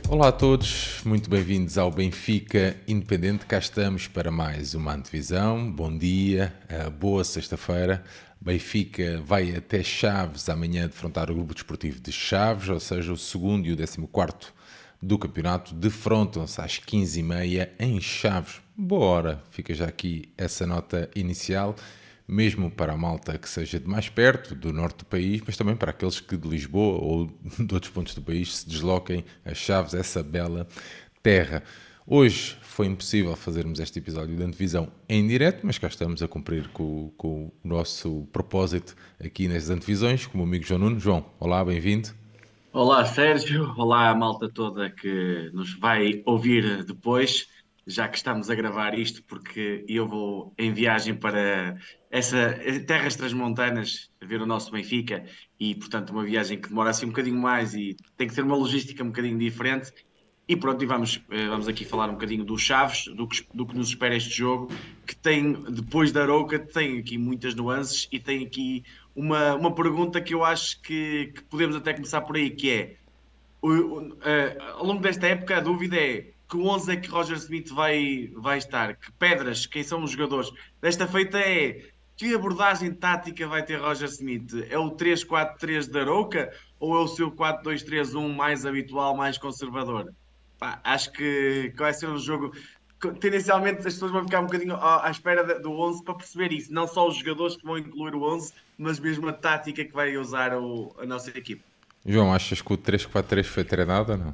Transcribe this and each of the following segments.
Olá a todos, muito bem-vindos ao Benfica Independente. Cá estamos para mais uma antevisão. Bom dia, boa sexta-feira. Benfica vai até Chaves amanhã defrontar o Grupo Desportivo de Chaves, ou seja, o segundo e o 14º do campeonato. Defrontam-se às 15h30 em Chaves. Boa hora, fica já aqui essa nota inicial. Mesmo para a malta que seja de mais perto, do norte do país, mas também para aqueles que de Lisboa ou de outros pontos do país se desloquem a Chaves, essa bela terra. Hoje foi impossível fazermos este episódio de antevisão em direto, mas cá estamos a cumprir com o nosso propósito aqui nas antevisões, com o meu amigo João Nuno. João, olá, bem-vindo. Olá, Sérgio. Olá, a malta toda que nos vai ouvir depois, já que estamos a gravar isto, porque eu vou em viagem para terras transmontanas a ver o nosso Benfica e, portanto, uma viagem que demora assim um bocadinho mais e tem que ter uma logística um bocadinho diferente. E pronto, vamos aqui falar um bocadinho do Chaves, do que nos espera este jogo, que tem, depois da Arouca, tem aqui muitas nuances e tem aqui uma pergunta que eu acho que podemos até começar por aí, que é, ao longo desta época, a dúvida é que 11 é que Roger Smith vai estar, que pedras, quem são os jogadores. Desta feita é, que abordagem tática vai ter Roger Smith? É o 3-4-3 da Arouca ou é o seu 4-2-3-1 mais habitual, mais conservador? Pá, acho que vai ser um jogo. Tendencialmente, as pessoas vão ficar um bocadinho à espera do 11 para perceber isso. Não só os jogadores que vão incluir o 11, mas mesmo a tática que vai usar a nossa equipe. João, achas que o 3-4-3 foi treinado ou não?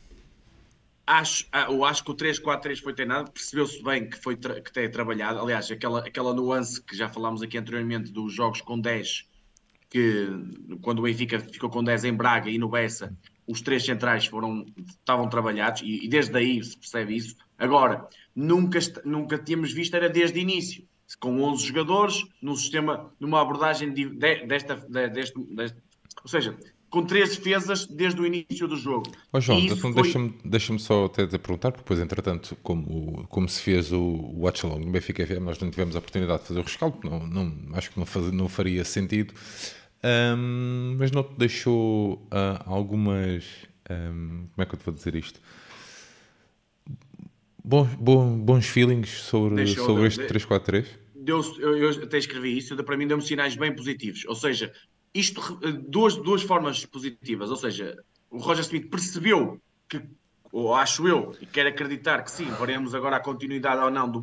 Eu acho que o 3-4-3 foi treinado, percebeu-se bem que tem trabalhado. Aliás, aquela nuance que já falámos aqui anteriormente dos jogos com 10 que quando o Benfica ficou com 10 em Braga e no Bessa, os três centrais estavam trabalhados e desde aí se percebe isso. Agora, nunca tínhamos visto, era desde o início, com 11 jogadores, num sistema, numa abordagem ou seja, com três defesas desde o início do jogo. Ó João, E isso então foi. deixa-me só até te perguntar, porque depois, entretanto, como se fez o Watch Along no Benfica FM, nós não tivemos a oportunidade de fazer o rescaldo, acho que não faria sentido. Mas não te deixou algumas. Como é que eu te vou dizer isto? Bons feelings Deixou sobre este 3-4-3? eu até escrevi isso, para mim deu-me sinais bem positivos. Ou seja, isto, duas formas positivas. Ou seja, o Roger Smith percebeu que, ou acho eu, e quero acreditar que sim, veremos agora a continuidade ou não,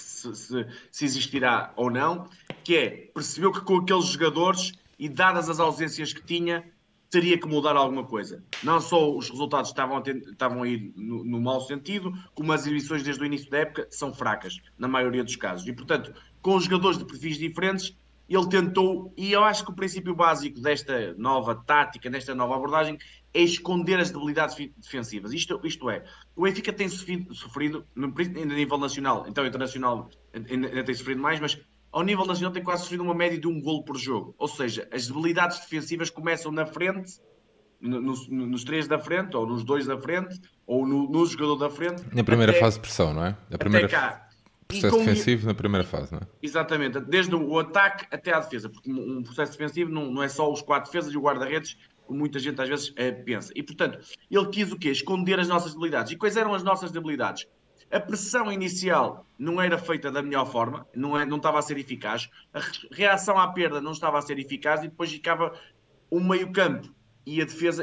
se existirá ou não, que é, percebeu que com aqueles jogadores e dadas as ausências que tinha, teria que mudar alguma coisa. Não só os resultados estavam a ir no mau sentido, como as exibições desde o início da época são fracas, na maioria dos casos. E, portanto, com os jogadores de perfis diferentes, ele tentou, e eu acho que o princípio básico desta nova tática, desta nova abordagem, é esconder as debilidades defensivas. Isto é, o Benfica tem sofrido, a nível nacional, então internacional ainda tem sofrido mais, mas ao nível nacional tem quase sofrido uma média de um golo por jogo. Ou seja, as debilidades defensivas começam na frente, nos três da frente, ou nos dois da frente, ou no jogador da frente, Na primeira fase até, de pressão, não é? A até primeira cá. E processo com, defensivo na primeira fase, não é? Exatamente, desde o ataque até à defesa, porque um processo defensivo não é só os quatro defesas e o guarda-redes, como muita gente às vezes pensa. E portanto, ele quis o quê? Esconder as nossas debilidades. E quais eram as nossas debilidades? A pressão inicial não era feita da melhor forma, não estava a ser eficaz, a reação à perda não estava a ser eficaz e depois ficava o meio-campo e a defesa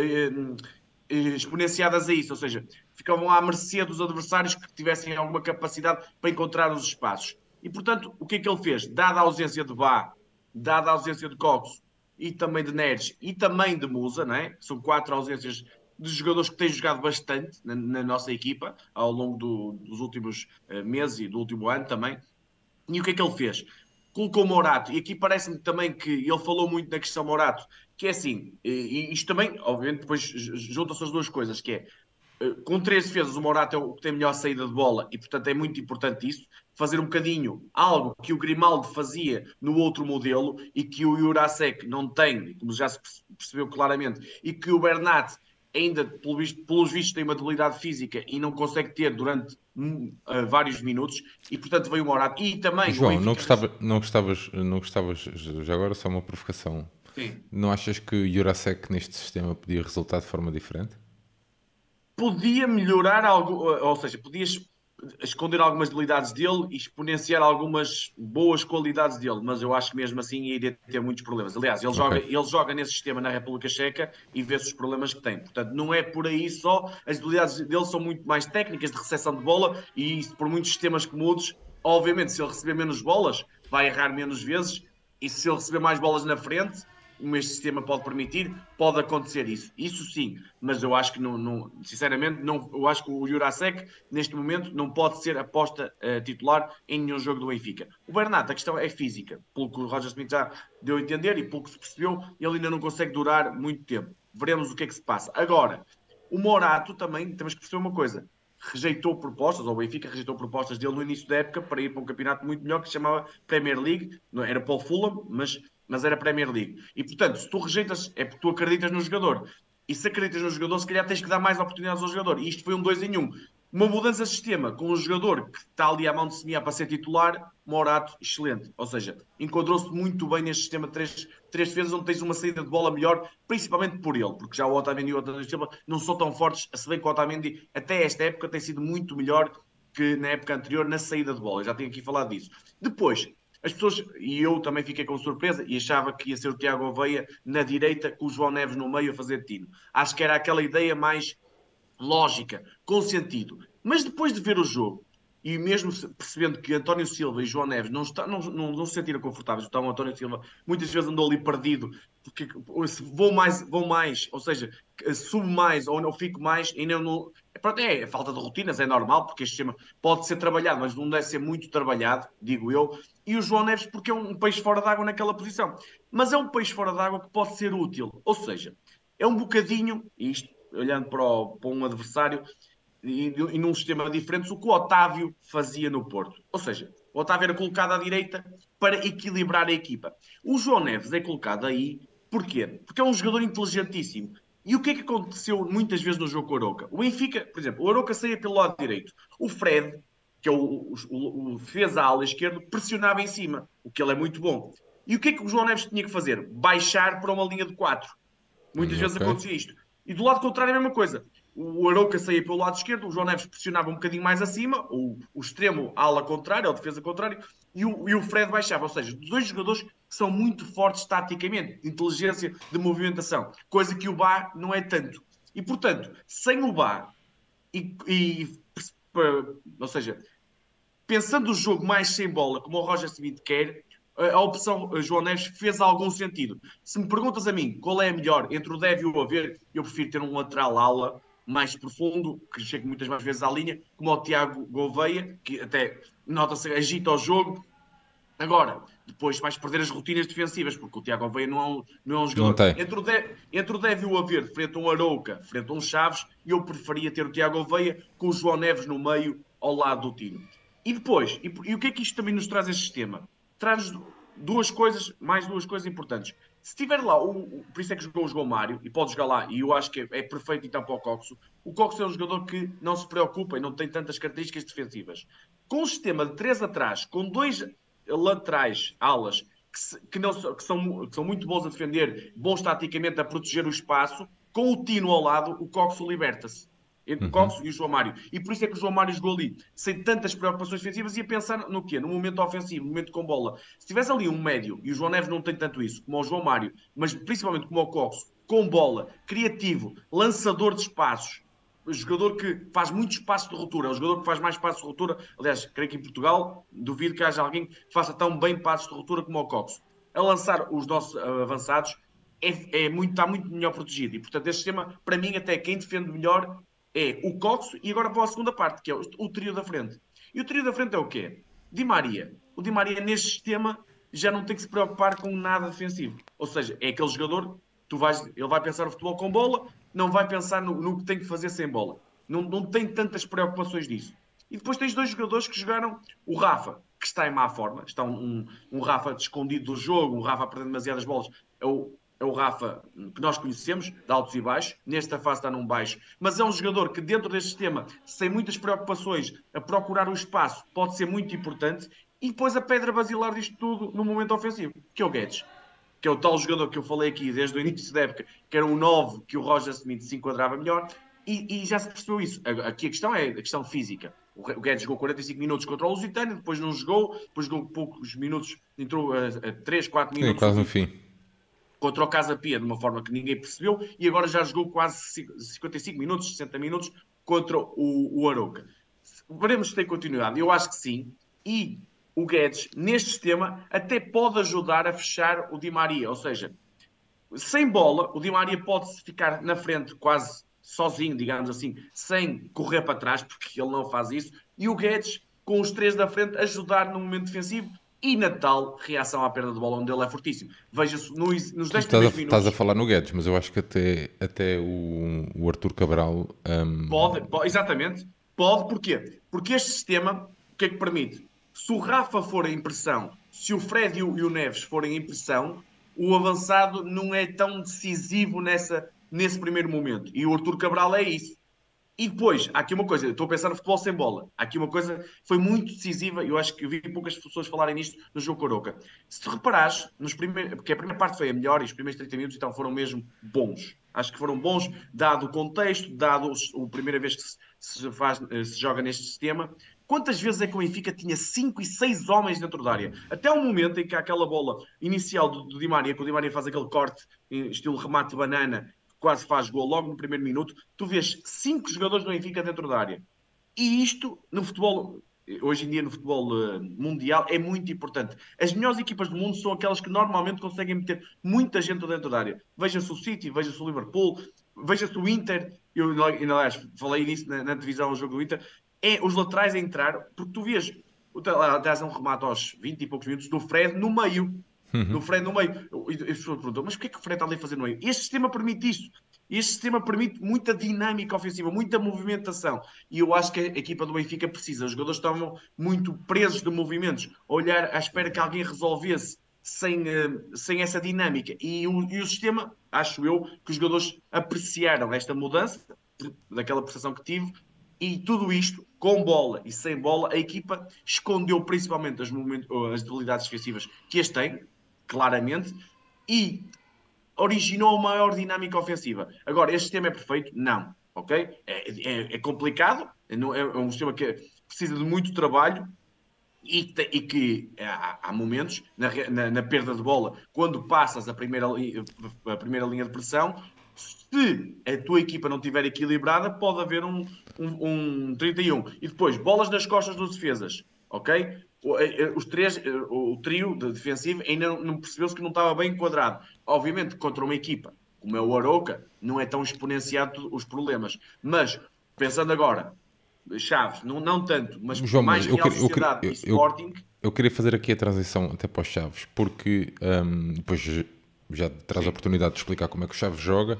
exponenciadas a isso, ou seja, ficavam à mercê dos adversários que tivessem alguma capacidade para encontrar os espaços. E, portanto, o que é que ele fez? Dada a ausência de Bá, dada a ausência de Coxo e também de Neres e também de Musa, né? São quatro ausências de jogadores que têm jogado bastante na nossa equipa ao longo dos últimos meses e do último ano também. E o que é que ele fez? Colocou o Morato, e aqui parece-me também que ele falou muito na questão Morato, que é assim, e isto também, obviamente, depois juntam-se as duas coisas, que é com três defesas, o Morato é o que tem melhor saída de bola e, portanto, é muito importante isso. Fazer um bocadinho algo que o Grimaldo fazia no outro modelo e que o Jurasek não tem, como já se percebeu claramente, e que o Bernat ainda, pelos vistos, tem uma debilidade física e não consegue ter durante vários minutos. E, portanto, veio o Morato. E também o João, Benfica. não gostavas, já agora só uma provocação. Sim. Não achas que o Jurasek neste sistema podia resultar de forma diferente? podia melhorar algo, ou seja, podias esconder algumas debilidades dele e exponenciar algumas boas qualidades dele, mas eu acho que mesmo assim iria ter muitos problemas. Aliás, Ok. ele joga nesse sistema na República Checa e vê-se os problemas que tem. Portanto, não é por aí só, as debilidades dele são muito mais técnicas de recepção de bola e isso, por muitos sistemas que mudes, obviamente, se ele receber menos bolas, vai errar menos vezes e se ele receber mais bolas na frente, como este sistema pode permitir, pode acontecer isso. Isso sim, mas eu acho que sinceramente, não, eu acho que o Jurasek, neste momento, não pode ser aposta titular em nenhum jogo do Benfica. O Bernat, a questão é física, pelo que o Roger Smith já deu a entender e pelo que se percebeu, ele ainda não consegue durar muito tempo. Veremos o que é que se passa. Agora, o Morato também, temos que perceber uma coisa. Rejeitou propostas, ou o Benfica rejeitou propostas dele no início da época para ir para um campeonato muito melhor que se chamava Premier League, não era para o Fulham, mas era Premier League. E portanto, se tu rejeitas, é porque tu acreditas no jogador. E se acreditas no jogador, se calhar tens que dar mais oportunidades ao jogador. E isto foi um 2 em 1. Uma mudança de sistema com um jogador que está ali à mão de semear para ser titular, Morato, excelente. Ou seja, encontrou-se muito bem neste sistema de três defesas, onde tens uma saída de bola melhor, principalmente por ele, porque já o Otamendi e o Otamendi Silva não são tão fortes, se bem que o Otamendi, até esta época, tem sido muito melhor que na época anterior na saída de bola. Eu já tenho aqui falado disso. Depois, as pessoas, e eu também fiquei com surpresa, e achava que ia ser o Tiago Oveia na direita, com o João Neves no meio a fazer tino. Acho que era aquela ideia mais lógica, com sentido. Mas depois de ver o jogo, e mesmo percebendo que António Silva e João Neves não se sentiram confortáveis, então o António Silva muitas vezes andou ali perdido, porque se vou mais, ou seja, subo mais ou não fico mais, e não. Pronto, é falta de rotinas, é normal, porque este sistema pode ser trabalhado, mas não deve ser muito trabalhado, digo eu. E o João Neves, porque é um peixe fora d'água naquela posição. Mas é um peixe fora d'água que pode ser útil, ou seja, é um bocadinho, isto olhando para um adversário e num sistema diferente, o que o Otávio fazia no Porto. Ou seja, o Otávio era colocado à direita para equilibrar a equipa. O João Neves é colocado aí, porquê? Porque é um jogador inteligentíssimo. E o que é que aconteceu muitas vezes no jogo com o Arouca? O Benfica, por exemplo, o Arouca saía pelo lado direito. O Fred, que é o defesa à ala esquerda, pressionava em cima, o que ele é muito bom. E o que é que o João Neves tinha que fazer? Baixar para uma linha de 4. Muitas vezes Ok. acontecia isto. E do lado contrário a mesma coisa. O Arouca saía pelo lado esquerdo, o João Neves pressionava um bocadinho mais acima, o extremo a ala contrária, ou defesa contrária, e o Fred baixava. Ou seja, dois jogadores que são muito fortes taticamente, de inteligência, de movimentação, coisa que o Bá não é tanto. E portanto, sem o Bá, e ou seja, pensando o jogo mais sem bola, como o Roger Smith quer, a opção João Neves fez algum sentido. Se me perguntas a mim qual é a melhor entre o Deve e o Haver, eu prefiro ter um lateral ala mais profundo, que chega muitas mais vezes à linha, como o Tiago Gouveia, que até nota-se agita o jogo. Agora, depois vais perder as rotinas defensivas, porque o Tiago Gouveia não é um Não jogador. tem. Entre o Deve e o Haver, frente a um Arouca, frente a um Chaves, eu preferia ter o Tiago Gouveia com o João Neves no meio, ao lado do Tino. E depois, e o que é que isto também nos traz este sistema? Traz mais duas coisas importantes. Se tiver lá, por isso é que jogou o João Mário, e pode jogar lá, e eu acho que é perfeito então para o Coxo. O Coxo é um jogador que não se preocupa e não tem tantas características defensivas. Com um sistema de três atrás, com dois laterais, alas, que são muito bons a defender, bons taticamente a proteger o espaço, com o Tino ao lado, o Coxo liberta-se. Entre o Uhum. Coxo e o João Mário. E por isso é que o João Mário jogou ali, sem tantas preocupações defensivas, e a pensar no quê? No momento ofensivo, no momento com bola. Se tivesse ali um médio, e o João Neves não tem tanto isso, como o João Mário, mas principalmente como o Coxo, com bola, criativo, lançador de espaços, jogador que faz muito espaço de ruptura, é o jogador que faz mais passos de ruptura. Aliás, creio que em Portugal duvido que haja alguém que faça tão bem passos de ruptura como o Coxo. A lançar os nossos avançados está muito melhor protegido. E portanto, este sistema, para mim, até quem defende melhor é o Coxo. E agora para a segunda parte, que é o trio da frente. E o trio da frente é o quê? Di Maria. O Di Maria, neste sistema, já não tem que se preocupar com nada defensivo. Ou seja, é aquele jogador, ele vai pensar o futebol com bola, não vai pensar no que tem que fazer sem bola. Não tem tantas preocupações disso. E depois tens dois jogadores que jogaram, o Rafa, que está em má forma, está um Rafa escondido do jogo, um Rafa a perder demasiadas bolas, é o Rafa que nós conhecemos, de altos e baixos, nesta fase está num baixo, mas é um jogador que dentro deste sistema, sem muitas preocupações, a procurar o espaço, pode ser muito importante, e depois a pedra basilar disto tudo no momento ofensivo, que é o Guedes, que é o tal jogador que eu falei aqui desde o início da época, que era o 9 que o Roger Smith se enquadrava melhor. e já se percebeu isso. Aqui a questão é a questão física. O Guedes jogou 45 minutos contra o Lusitânia, depois não jogou, depois jogou poucos minutos, entrou a 3, 4 Sim, minutos quase no fim. contra o Casa Pia, de uma forma que ninguém percebeu, e agora já jogou quase 55 minutos, 60 minutos contra o Arouca. Veremos se tem continuidade. Eu acho que sim. E o Guedes, neste sistema, até pode ajudar a fechar o Di Maria. Ou seja, sem bola, o Di Maria pode ficar na frente quase sozinho, digamos assim, sem correr para trás, porque ele não faz isso. E o Guedes, com os três da frente, ajudar no momento defensivo e na tal reação à perda de bola, onde ele é fortíssimo. Veja-se nos Tu 10 primeiros estás a minutos. falar no Guedes, mas eu acho que até o Arthur Cabral. Pode, exatamente. Pode, porquê? Porque este sistema, o que é que permite? Se o Rafa for em pressão, se o Fred e o Neves forem em pressão, o avançado não é tão decisivo nesse primeiro momento. E o Arthur Cabral é isso. E depois, há aqui uma coisa, eu estou a pensar no futebol sem bola. Há aqui uma coisa que foi muito decisiva, eu acho que eu vi poucas pessoas falarem nisto no jogo Coroca. Se tu reparares, porque a primeira parte foi a melhor e os primeiros 30 minutos então foram mesmo bons. Acho que foram bons, dado o contexto, dado a primeira vez que se joga neste sistema. Quantas vezes é que o Benfica tinha 5 e 6 homens dentro da área? Até o momento em que há aquela bola inicial do Di Maria, que o Di Maria faz aquele corte, estilo remate de banana, quase faz gol logo no primeiro minuto, tu vês 5 jogadores do Benfica dentro da área. E isto, no futebol, hoje em dia no futebol mundial, é muito importante. As melhores equipas do mundo são aquelas que normalmente conseguem meter muita gente dentro da área. Veja-se o City, veja-se o Liverpool, veja-se o Inter. Eu, aliás, falei nisso na divisão do jogo do Inter. É os laterais a entrar, porque tu vês, aliás, um remate aos 20 e poucos minutos do Fred no meio. Do Fred no meio. E as pessoas perguntam, mas porquê que o Fred está ali a fazer no meio? Este sistema permite isso. Este sistema permite muita dinâmica ofensiva, muita movimentação. E eu acho que a equipa do Benfica precisa. Os jogadores estavam muito presos de movimentos, a olhar à espera que alguém resolvesse sem essa dinâmica. E o sistema, acho eu, que os jogadores apreciaram esta mudança, daquela prestação que tive, e tudo isto, com bola e sem bola, a equipa escondeu principalmente as debilidades defensivas que este tem, claramente, e originou uma maior dinâmica ofensiva. Agora, este sistema é perfeito? Não. Ok? É complicado, é um sistema que precisa de muito trabalho e que há momentos, na perda de bola, quando passas a primeira linha de pressão, se a tua equipa não estiver equilibrada, pode haver um 31. E depois, bolas nas costas dos defesas, ok? Os três, o trio de defensivo ainda não percebeu-se que não estava bem enquadrado. Obviamente, contra uma equipa como é o Arouca, não é tão exponenciado os problemas. Mas, pensando agora, Chaves, não tanto, mas João, mais mas Real Sociedade e Sporting. eu queria fazer aqui a transição até para os Chaves, porque depois já traz a oportunidade de explicar como é que o Chaves joga,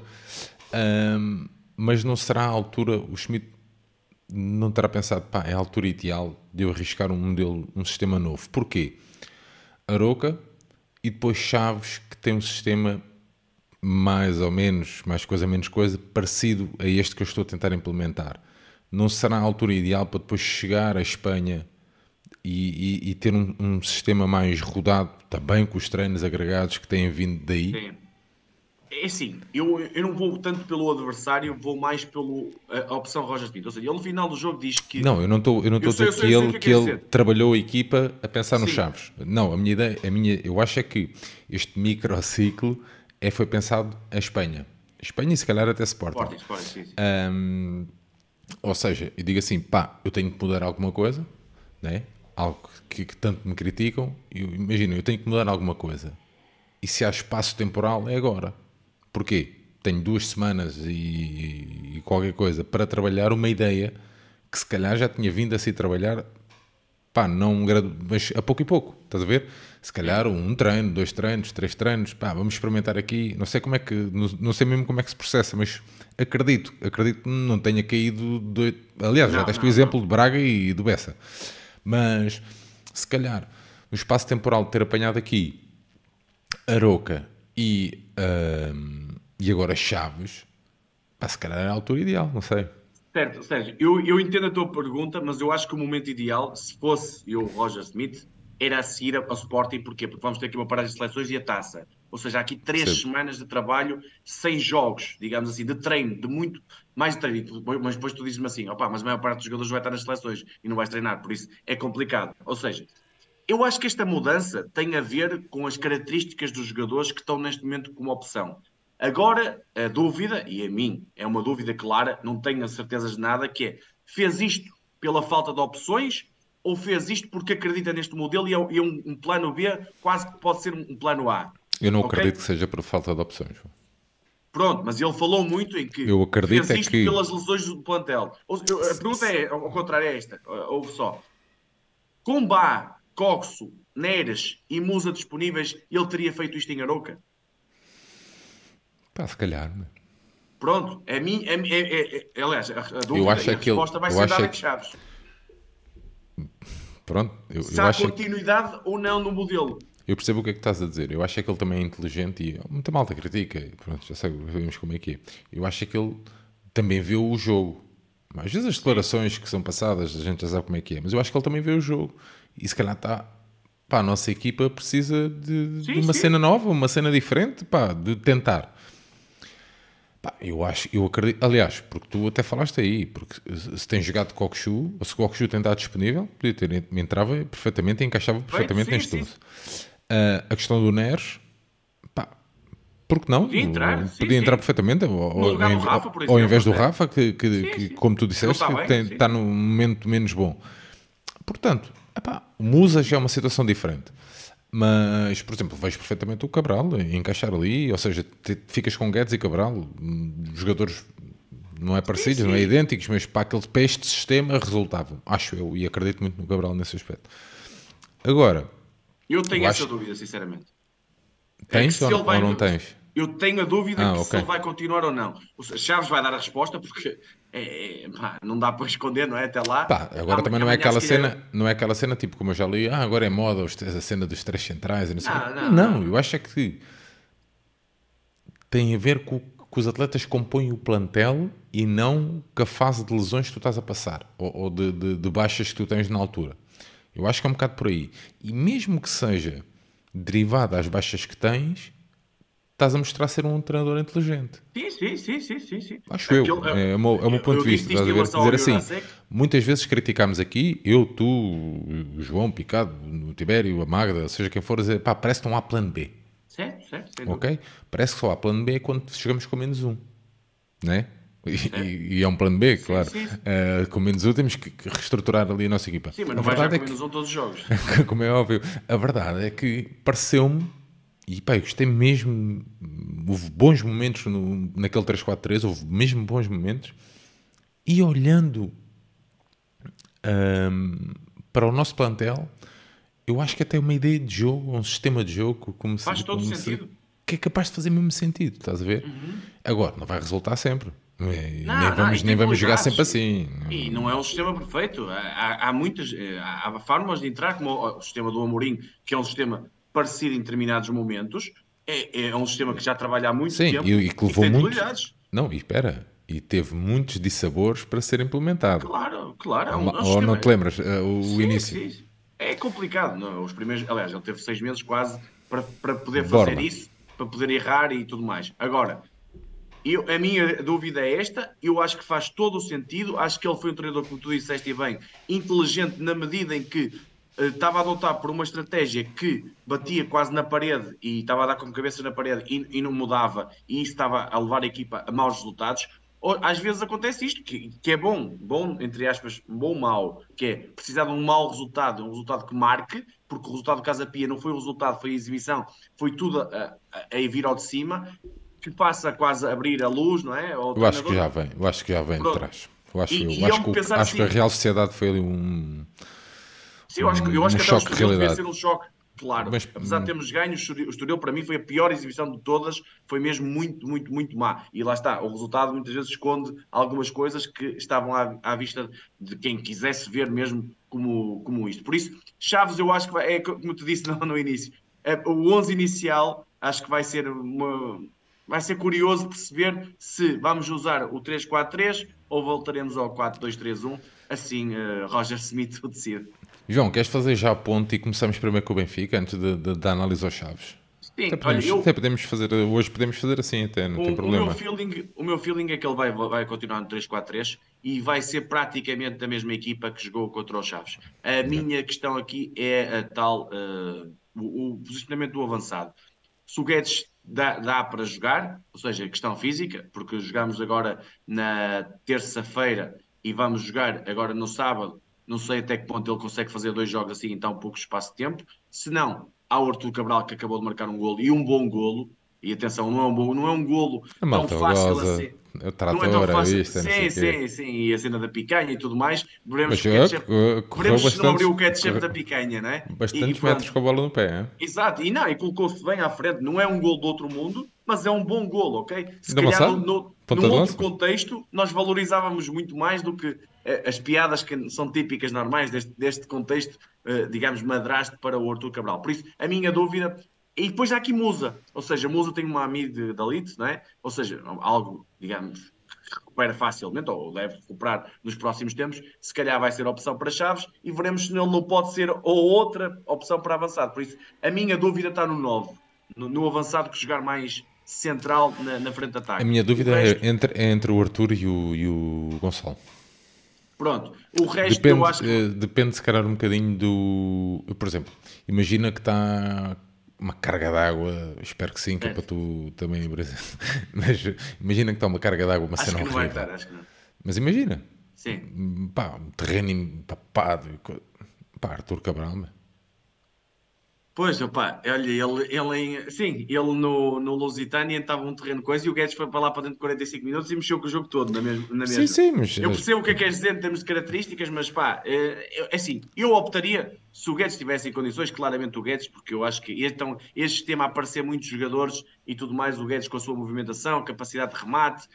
mas não será a altura, o Schmidt não terá pensado, pá, é a altura ideal de eu arriscar um modelo, um sistema novo. Porquê? Arouca e depois Chaves, que tem um sistema mais ou menos, mais coisa, menos coisa, parecido a este que eu estou a tentar implementar. Não será a altura ideal para depois chegar à Espanha e ter um sistema mais rodado, também com os treinos agregados que têm vindo daí? Sim. É assim, eu não vou tanto pelo adversário, vou mais pela opção Roger Smith. Ou seja, ele no final do jogo diz que. Não, eu não estou a dizer Eu sei o que que quer ele dizer. trabalhou a equipa a pensar nos Sim, Chaves. Não, a minha ideia, eu acho é que este microciclo foi pensado a Espanha. Espanha e se calhar até Sporting. Sporting, sim, sim. Ou seja, eu digo assim, pá, eu tenho que mudar alguma coisa, né? Algo que tanto me criticam. Imagina, eu tenho que mudar alguma coisa. E se há espaço temporal, é agora. Porquê? Tenho 2 semanas e qualquer coisa para trabalhar uma ideia que se calhar já tinha vindo a se trabalhar, pá, não mas a pouco e pouco, estás a ver? Se calhar um treino, 2 treinos, 3 treinos, pá, vamos experimentar aqui, não sei como é que, não sei mesmo como é que se processa, mas acredito que não tenha caído, aliás, já deste o exemplo de Braga e do Bessa, mas se calhar no espaço temporal de ter apanhado aqui Arouca e agora Chaves, pá, se calhar é a altura ideal, não sei. Certo, Sérgio, eu entendo a tua pergunta, mas eu acho que o momento ideal, se fosse eu, Roger Smith, era a seguir ao Sporting. Porquê? Porque vamos ter aqui uma paragem de seleções e a taça. Ou seja, há aqui três Percebo. semanas de trabalho sem jogos, digamos assim, de treino, de muito mais de treino. Mas depois tu dizes-me assim, opá, mas a maior parte dos jogadores vai estar nas seleções e não vais treinar, por isso é complicado. Ou seja, eu acho que esta mudança tem a ver com as características dos jogadores que estão neste momento como opção. Agora, a dúvida, e a mim é uma dúvida clara, não tenho a certeza de nada, que é, fez isto pela falta de opções ou fez isto porque acredita neste modelo e é um plano B, quase que pode ser um plano A, Eu não ok? acredito que seja por falta de opções. Pronto, mas ele falou muito em que Eu acredito fez é isto que pelas lesões do plantel. A pergunta é, ao contrário, é esta, ouve só. Com Bá, Coxo, Neres e Musa disponíveis, ele teria feito isto em Arouca? pá, se calhar, né? Pronto, é, mim, aliás, a Eu dúvida acho e é a que ele, resposta vai eu ser acho dada é em que, Chaves. pronto, Se eu há acho é que continuidade ou não no modelo. eu percebo o que é que estás a dizer. Eu acho é que ele também é inteligente e muita malta critica. E pronto, já sabemos como é que é. Eu acho é que ele também vê o jogo. Às vezes as Sim, declarações que são passadas, a gente já sabe como é que é. Mas eu acho que ele também vê o jogo. E se calhar está. Pá, a nossa equipa precisa de sim, uma sim. cena nova, uma cena diferente, pá, de tentar. Pá, eu acho, eu acredito, aliás, porque tu até falaste aí, porque se tem jogado Kokshu, ou se o Kokshu tem estado disponível, podia ter, entrava perfeitamente, encaixava Feito, perfeitamente sim, neste sim. 11. A questão do Neres, pá, porque não? Podia entrar, sim, Podia entrar sim. perfeitamente, No lugar do Rafa, por ao exemplo, invés do até. Rafa, Sim, sim. como tu Que não disseste, está que bem, está sim. num momento menos bom. Portanto, epá, o Musa já é uma situação diferente. Mas, por exemplo, vejo perfeitamente o Cabral encaixar ali, ou seja, ficas com Guedes e Cabral, jogadores não é Sim, parecidos, não é sim. idênticos, mas para este sistema resultavam, acho eu, e acredito muito no Cabral nesse aspecto. Agora, Eu eu tenho essa acho, dúvida, sinceramente. É que tens se ele ou vai. não tens? Eu tenho a dúvida Ah, que ok. se ele vai continuar ou não. O Chaves vai dar a resposta, porque pá, não dá para esconder, não é? Até lá. Pá, agora também não é Amanhã, aquela se calhar. cena, não é aquela cena tipo como eu já li, agora é moda a cena dos três centrais e não sei o quê. Não, não, Não, eu não. acho é que tem a ver com que os atletas compõem o plantel e não com a fase de lesões que tu estás a passar ou de baixas que tu tens na altura. Eu acho que é um bocado por aí. E mesmo que seja derivado às baixas que tens, estás a mostrar ser um treinador inteligente. Sim, sim, sim, sim, sim, sim. Acho eu. Aquele, É o meu ponto eu de disse vista. isto Estás em a ver? relação ao Dizer assim, Jurasek. muitas vezes criticámos aqui, eu, tu, o João, Picado, o Tibério, a Magda, seja quem for, dizer, pá, parece que não há plano B. Certo, certo, sem dúvida. Ok? Parece que só há plano B quando chegamos com menos um. Né? Certo? E é um plano B, Sim, claro. sim, sim. Com menos um temos que reestruturar ali a nossa equipa. Sim, mas A não vai já verdade é com que, menos um todos os jogos. como é óbvio, a verdade é que pareceu-me, e pá, eu gostei mesmo, houve bons momentos naquele 3-4-3, houve mesmo bons momentos, e olhando para o nosso plantel, eu acho que até uma ideia de jogo, um sistema de jogo, Faz todo o sentido. que é capaz de fazer mesmo sentido, estás a ver? Uhum. Agora, não vai resultar sempre. Nem Não, não, vamos, e nem tem vamos jogar qualidades. sempre assim. E não é um sistema perfeito. Há muitas há formas de entrar, como o sistema do Amorim, que é um sistema parecido em determinados momentos. É um sistema que já trabalha há muito Sim, tempo e que e que levou tem muito. debilidades. Não, e espera. E teve muitos dissabores para ser implementado. Claro, claro, é um Ou não sistema. te lembras o Sim, início? sim. É complicado. Não? Os primeiros, aliás, ele teve 6 meses quase para poder fazer Borla. isso, para poder errar e tudo mais. Agora, a minha dúvida é esta. Eu acho que faz todo o sentido. Acho que ele foi um treinador, como tu disseste bem, inteligente na medida em que estava a adotar por uma estratégia que batia quase na parede e estava a dar com cabeças na parede e não mudava, e isso estava a levar a equipa a maus resultados. Às vezes acontece isto, que é bom, entre aspas, bom mau, que é precisar de um mau resultado, um resultado que marque, porque o resultado do Casa Pia não foi o resultado, foi a exibição, foi tudo a vir ao de cima, que passa quase a abrir a luz, não é? Ao Eu acho que treinador. já vem. Eu acho que já vem de Pronto. trás. Eu acho eu. E eu pensar Acho que a assim, Real Sociedade foi ali sim, eu acho um que até o choque de Estoril devia realidade. ser um choque, claro. Mas Apesar de termos ganho, o Estoril para mim foi a pior exibição de todas, foi mesmo muito, muito, muito má. E lá está, o resultado muitas vezes esconde algumas coisas que estavam à vista de quem quisesse ver mesmo como isto. Por isso, Chaves, eu acho que é como te disse no início, o 11 inicial acho que vai ser curioso perceber se vamos usar o 3-4-3 ou voltaremos ao 4-2-3-1. Assim, Roger Smith o decide. João, queres fazer já a ponte e começamos primeiro com o Benfica, antes da análise aos chaves? Sim, olha, Até podemos fazer, hoje podemos fazer assim até, não tem problema. o meu feeling é que ele vai continuar no 3-4-3 e vai ser praticamente a mesma equipa que jogou contra os Chaves. A Ok. minha questão aqui é a tal, o posicionamento do avançado. Se o Guedes dá para jogar, ou seja, questão física, porque jogamos agora na terça-feira e vamos jogar agora no sábado, não sei até que ponto ele consegue fazer dois jogos assim em tão pouco espaço de tempo. Se não, há o Arthur Cabral que acabou de marcar um golo e um bom golo. E atenção, não é um golo A tão malta fácil goza, assim. o Não é tão trator, a fácil. vista, não sei Sim, o quê. sim, sim. E a cena da picanha e tudo mais. Mas correu Veremos se não abriu bastantes, o ketchup da picanha, né? E bastantes metros pronto. com a bola no pé, hein? Exato, e não, e colocou-se bem à frente. Não é um gol do outro mundo, mas é um bom gol, ok? Se De calhar avançado? Ponta num de outro lança? contexto, nós valorizávamos muito mais do que as piadas que são típicas, normais deste contexto, digamos, madraste para o Arthur Cabral. Por isso, a minha dúvida. E depois há aqui Musa, ou seja, Musa tem uma amiga da Elite, não é? Ou seja, algo, digamos, recupera facilmente, ou deve recuperar nos próximos tempos, se calhar vai ser opção para Chaves e veremos se ele não pode ser ou outra opção para avançado. Por isso, a minha dúvida está no 9, no avançado que jogar mais central na frente de A ataque. minha O dúvida resto, é entre o Arthur e o Gonçalo. pronto. O resto eu Depende, acho que. depende se calhar um bocadinho do. Por exemplo, imagina que está uma carga d'água, espero que sim, que é para Certo. tu também. Mas imagina que está uma carga d'água, uma Acho cena que não vai horrível. estar, acho que não. Mas imagina, Sim. pá, um terreno empapado, pá, Arthur Cabral, meu. Pois, opá, olha, sim, ele no Lusitânia estava um terreno coisa e o Guedes foi para lá para dentro de 45 minutos e mexeu com o jogo todo na Sim, mesma. sim, mas Eu percebo o que é queres dizer em termos de características, mas pá, é assim, eu optaria, se o Guedes estivesse em condições, claramente o Guedes, porque eu acho que então, este sistema a aparecer muitos jogadores e tudo mais, o Guedes com a sua movimentação, capacidade de remate,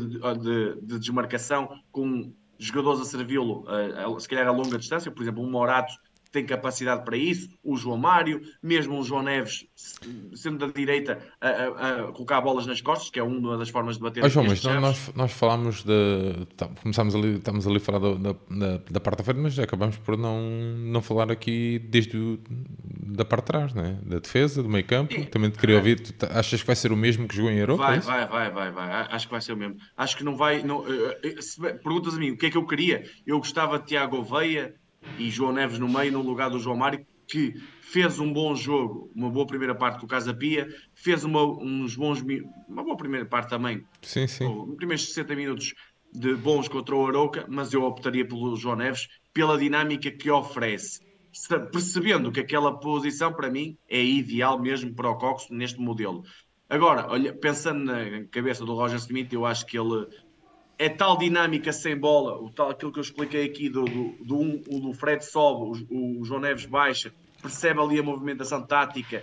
de desmarcação, com jogadores a servi-lo, se calhar a longa distância, por exemplo, um Morato tem capacidade para isso, o João Mário, mesmo o João Neves, sendo da direita, a colocar bolas nas costas, que é uma das formas de Ó bater João, mas estes chaves. nós falámos de. Começámos ali, estamos ali a falar da parte da frente, mas acabamos por não falar aqui da parte de trás, né? Da defesa, do meio campo. Sim, Também te queria ouvir. Achas que vai ser o mesmo que jogou em Europa? É vai, isso? vai, vai, vai, vai. Acho que vai ser o mesmo. Acho que não vai. Não, perguntas a mim, o que é que eu queria? Eu gostava de Tiago Veia e João Neves no meio, no lugar do João Mário, que fez um bom jogo, uma boa primeira parte com o Casa Pia, fez uma boa primeira parte também, Sim, sim. nos primeiros 60 minutos de bons contra o Arouca, mas eu optaria pelo João Neves, pela dinâmica que oferece. Percebendo que aquela posição, para mim, é ideal mesmo para o Cox neste modelo. Agora, olha, pensando na cabeça do Roger Smith, eu acho que ele é tal dinâmica sem bola, aquilo que eu expliquei aqui o do Fred sobe, o João Neves baixa, percebe ali a movimentação tática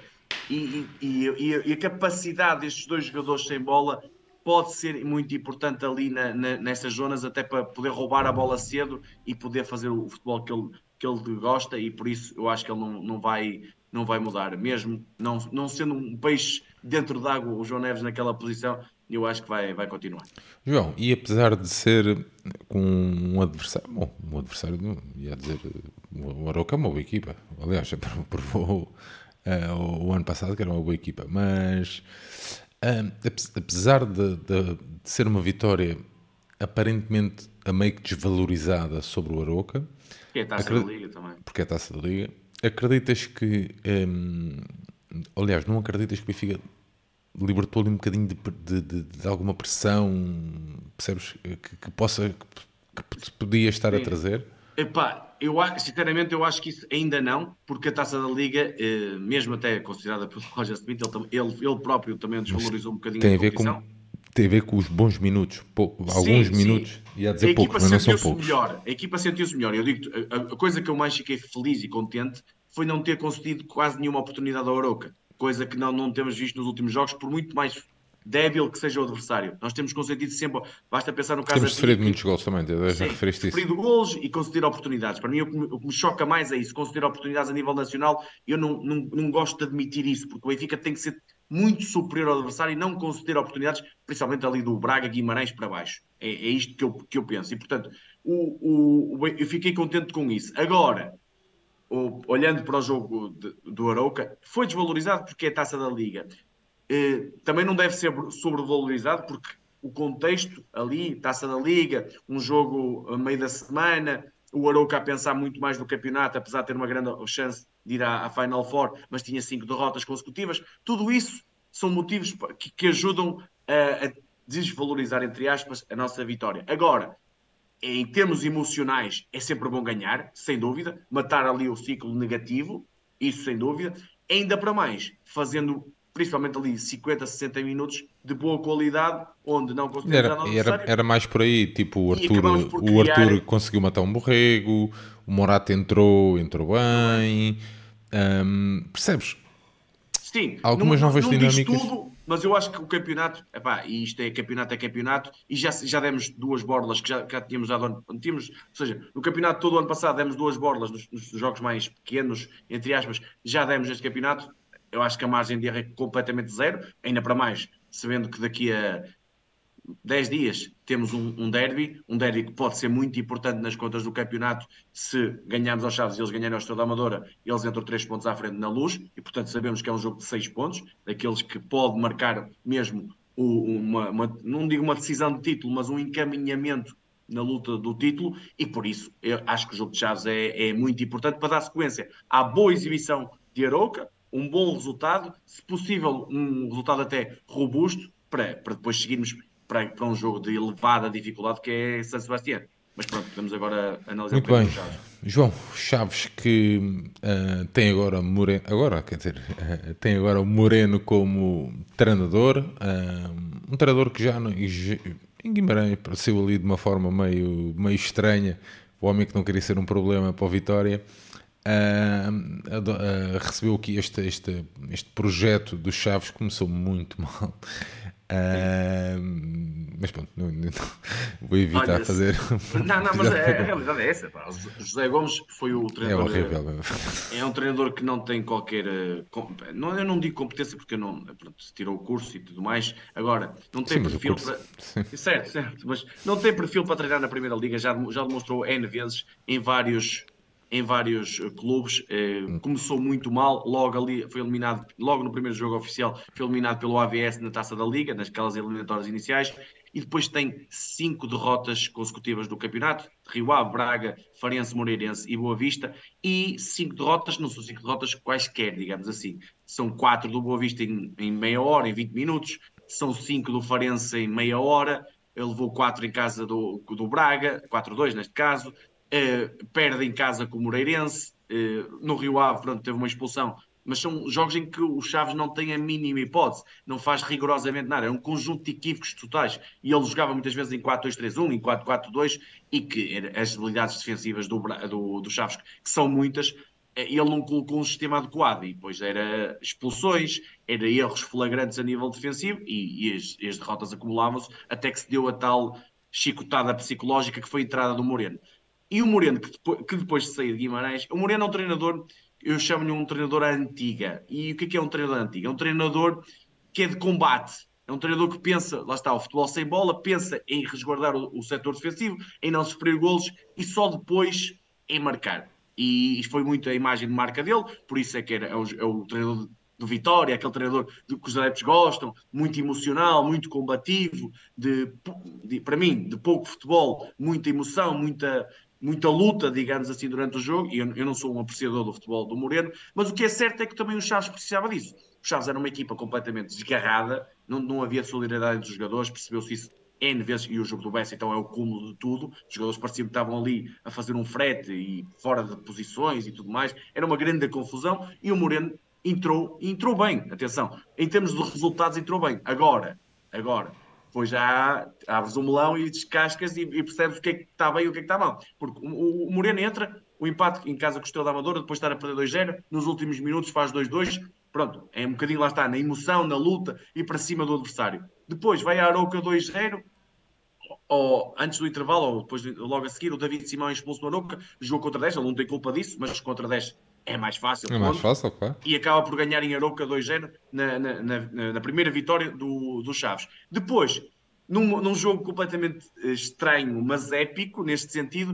e a capacidade destes dois jogadores sem bola pode ser muito importante ali nessas zonas, até para poder roubar a bola cedo e poder fazer o futebol que ele gosta, e por isso eu acho que ele não vai mudar, mesmo não sendo um peixe dentro d'água, o João Neves naquela posição, eu acho que vai continuar. João, e apesar de ser com um adversário, bom, um adversário, ia dizer, o Arouca é uma boa equipa. Aliás, já provou o ano passado que era uma boa equipa, mas apesar de ser uma vitória aparentemente a meio que desvalorizada sobre o Arouca, Que é a taça da Liga também. porque é a taça da Liga, acreditas que, aliás, não acreditas que o Benfica libertou ali um bocadinho de alguma pressão, percebes? Que possa, que podia estar a Sim. trazer? Epá, sinceramente eu acho que isso ainda não, porque a Taça da Liga, mesmo até considerada pelo Roger Smith, ele próprio também Mas desvalorizou um bocadinho a tem a ver com, competição. tem a ver com os bons minutos, alguns Sim, sim. minutos, ia A dizer equipa poucos, mas não são sentiu-se poucos. melhor. A equipa sentiu-se melhor. Eu digo, a coisa que eu mais fiquei feliz e contente foi não ter concedido quase nenhuma oportunidade ao Arouca, coisa que não temos visto nos últimos jogos, por muito mais débil que seja o adversário. Nós temos concedido sempre, basta pensar no caso Temos da Pia, sofrido que muitos gols também, já sim, referiste isso. sofrido golos e conceder oportunidades. Para mim, o que me choca mais é isso, conceder oportunidades a nível nacional. Eu não gosto de admitir isso, porque o Benfica tem que ser muito superior ao adversário e não conceder oportunidades, principalmente ali do Braga, Guimarães para baixo. É isto que eu penso. E, portanto, eu fiquei contente com isso. Agora, olhando para o jogo do Arouca, foi desvalorizado porque é a Taça da Liga. Também não deve ser sobrevalorizado porque o contexto ali, Taça da Liga, um jogo a meio da semana, o Arouca a pensar muito mais no campeonato, apesar de ter uma grande chance de ir à Final Four, mas tinha 5 derrotas consecutivas. Tudo isso são motivos que ajudam a desvalorizar, entre aspas, a nossa vitória. Agora, em termos emocionais, é sempre bom ganhar, sem dúvida, matar ali o ciclo negativo, isso sem dúvida, ainda para mais, fazendo principalmente ali 50, 60 minutos de boa qualidade, onde não concedemos Era, nada ao era, adversário era mais por aí, tipo, e acabamos por O Arthur criar. conseguiu matar um borrego, o Morata entrou Entrou bem. bem, percebes? Sim, não, Algumas novas não diz dinâmicas. tudo, mas eu acho que o campeonato, epá, e isto é campeonato, e já demos duas borlas que já tínhamos dado, tínhamos, ou seja, no campeonato todo o ano passado demos duas borlas nos jogos mais pequenos, entre aspas, já demos este campeonato, eu acho que a margem de erro é completamente zero, ainda para mais, sabendo que daqui a 10 dias temos um derby que pode ser muito importante nas contas do campeonato. Se ganharmos aos Chaves e eles ganharem ao Estrela da Amadora, eles entram 3 pontos à frente na Luz e, portanto, sabemos que é um jogo de 6 pontos, daqueles que pode marcar mesmo não digo uma decisão de título, mas um encaminhamento na luta do título, e por isso eu acho que o jogo de Chaves é muito importante para dar sequência à boa exibição de Arouca, um bom resultado, se possível um resultado até robusto, para depois seguirmos para um jogo de elevada dificuldade que é San Sebastián. Mas pronto, podemos agora analisar um Muito bocadinho bem. os Chaves. João, Chaves que tem agora Moreno, agora, quer dizer, tem agora o Moreno como treinador, um treinador que já em Guimarães apareceu ali de uma forma meio estranha, o homem que não queria ser um problema para o Vitória, recebeu aqui este projeto dos Chaves, começou muito mal. Mas pronto, vou evitar Olha, fazer. não, mas a realidade é essa. Pá. O José Gomes foi o É treinador. horrível mesmo. É um treinador que não tem qualquer. Não, eu não digo competência porque não, pronto, se tirou o curso e tudo mais. Agora, não tem Sim, mas o perfil curso. para. Sim. Certo, certo, mas não tem perfil para treinar na Primeira Liga. Já demonstrou N vezes em vários clubes. Começou muito mal, logo ali foi eliminado, logo no primeiro jogo oficial, foi eliminado pelo AVS na Taça da Liga, nasquelas eliminatórias iniciais, e depois tem 5 derrotas consecutivas do campeonato: Rio Ave, Braga, Farense, Moreirense e Boa Vista, e 5 derrotas, não são 5 derrotas quaisquer, digamos assim. São 4 do Boa Vista em meia hora, em 20 minutos, são 5 do Farense em meia hora, ele levou 4 em casa do Braga, 4-2 neste caso, perde em casa com o Moreirense, no Rio Ave, pronto, teve uma expulsão, mas são jogos em que o Chaves não tem a mínima hipótese, não faz rigorosamente nada, é um conjunto de equívocos totais, e ele jogava muitas vezes em 4-2-3-1, em 4-4-2, e que as habilidades defensivas do Chaves, que são muitas, ele não colocou um sistema adequado, e depois era expulsões, era erros flagrantes a nível defensivo, e as derrotas acumulavam-se, até que se deu a tal chicotada psicológica que foi a entrada do Moreno. E o Moreno, que depois de sair de Guimarães, o Moreno é um treinador, eu chamo-lhe um treinador à antiga. E o que é um treinador antigo? É um treinador que é de combate. É um treinador que pensa, lá está, o futebol sem bola, pensa em resguardar o setor defensivo, em não sofrer golos e só depois em marcar. E foi muito a imagem de marca dele, por isso é que é o treinador do Vitória, aquele treinador que os adeptos gostam, muito emocional, muito combativo, para mim, de pouco futebol, muita emoção, muita luta, digamos assim, durante o jogo, e eu não sou um apreciador do futebol do Moreno, mas o que é certo é que também o Chaves precisava disso. O Chaves era uma equipa completamente desgarrada, não havia solidariedade dos jogadores, percebeu-se isso N vezes, e o jogo do Bessa então é o cúmulo de tudo, os jogadores pareciam que estavam ali a fazer um frete e fora de posições e tudo mais, era uma grande confusão, e o Moreno entrou bem, atenção, em termos de resultados entrou bem, agora, depois já abres o melão e descascas e percebes o que é que está bem e o que é que está mal. Porque o Moreno entra, o empate em casa com o Estrela da Amadora, depois de estar a perder 2-0, nos últimos minutos faz 2-2, pronto, é um bocadinho lá está, na emoção, na luta e para cima do adversário. Depois vai a Arouca 2-0, ou antes do intervalo, ou depois logo a seguir, o David Simão é expulso no Arouca, jogou contra 10, ele não tem culpa disso, mas contra 10 é mais fácil, É mais ponto. fácil, claro. E acaba por ganhar em Arouca 2-0 na primeira vitória do Chaves. Depois, num jogo completamente estranho, mas épico, neste sentido,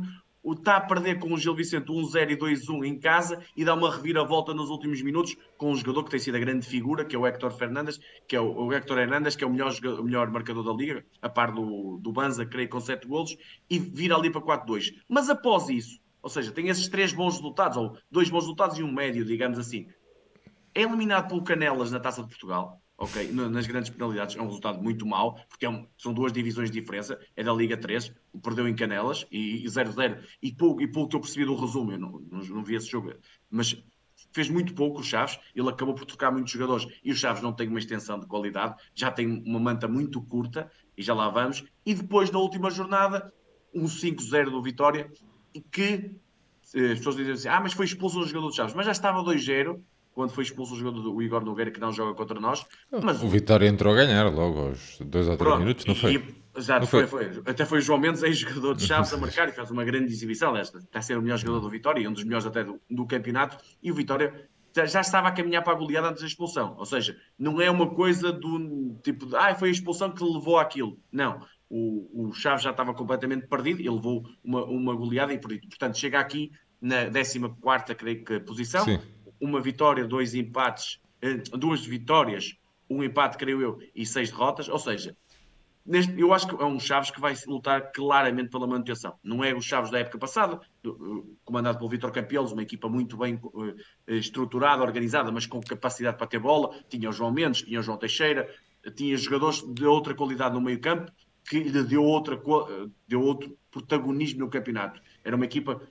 está a perder com o Gil Vicente 1-0 e 2-1 em casa e dá uma reviravolta nos últimos minutos com um jogador que tem sido a grande figura, que é o Héctor Fernandes, que é o Héctor Hernandes, que é o melhor marcador da Liga, a par do Banza, creio, com 7 golos, e vira ali para 4-2. Mas após isso, ou seja, tem esses 3 bons resultados, ou 2 bons resultados e um médio, digamos assim, é eliminado pelo Canelas na Taça de Portugal, ok? Nas grandes penalidades, é um resultado muito mau, porque são 2 divisões de diferença, é da Liga 3, perdeu em Canelas e 0-0, e pelo que eu percebi do resumo, eu não vi esse jogo, mas fez muito pouco o Chaves, ele acabou por trocar muitos jogadores, e o Chaves não tem uma extensão de qualidade, já tem uma manta muito curta, e já lá vamos, e depois na última jornada, um 5-0 do Vitória, e que as pessoas dizem assim, mas foi expulso um jogador do Chaves, mas já estava 2-0, quando foi expulso o jogador do Igor Nogueira, que não joga contra nós. Mas O Vitória entrou a ganhar logo aos 2 ou 3 pronto, minutos, não foi? Não exato, foi? foi. Até foi o João Mendes, ex-jogador de Chaves, a marcar e fez uma grande exibição. Está a ser o melhor jogador do Vitória e um dos melhores até do campeonato. E o Vitória já estava a caminhar para a goleada antes da expulsão. Ou seja, não é uma coisa do tipo de foi a expulsão que levou àquilo. Não. O Chaves já estava completamente perdido e levou uma goleada e perdido. Portanto, chega aqui na 14ª, creio que, posição. Sim. Uma vitória, 2 empates, 2 vitórias, um empate, creio eu, e 6 derrotas. Ou seja, eu acho que é um Chaves que vai lutar claramente pela manutenção. Não é o Chaves da época passada, comandado pelo Vítor Campelos, uma equipa muito bem estruturada, organizada, mas com capacidade para ter bola. Tinha o João Mendes, tinha o João Teixeira, tinha jogadores de outra qualidade no meio-campo que lhe deu outro protagonismo no campeonato. Era uma equipa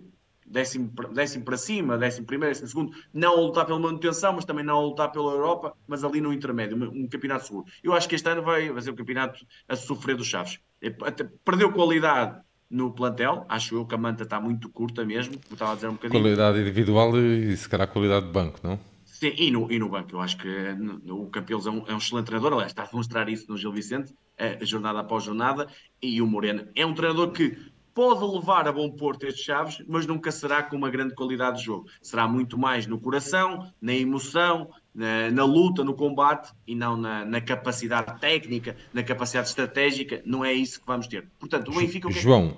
10º para cima, 11º, 12º, não a lutar pela manutenção, mas também não a lutar pela Europa, mas ali no intermédio, um campeonato seguro. Eu acho que este ano vai ser um campeonato a sofrer dos Chaves. Perdeu qualidade no plantel, acho eu que a manta está muito curta mesmo, como estava a dizer um bocadinho. Qualidade individual e se calhar qualidade de banco, não? Sim, e no banco, eu acho que o Campelos é um excelente treinador, aliás, está a demonstrar isso no Gil Vicente, jornada após jornada, e o Moreno é um treinador que pode levar a bom porto estes Chaves, mas nunca será com uma grande qualidade de jogo. Será muito mais no coração, na emoção, na luta, no combate, e não na capacidade técnica, na capacidade estratégica, não é isso que vamos ter. Portanto, o Benfica... João,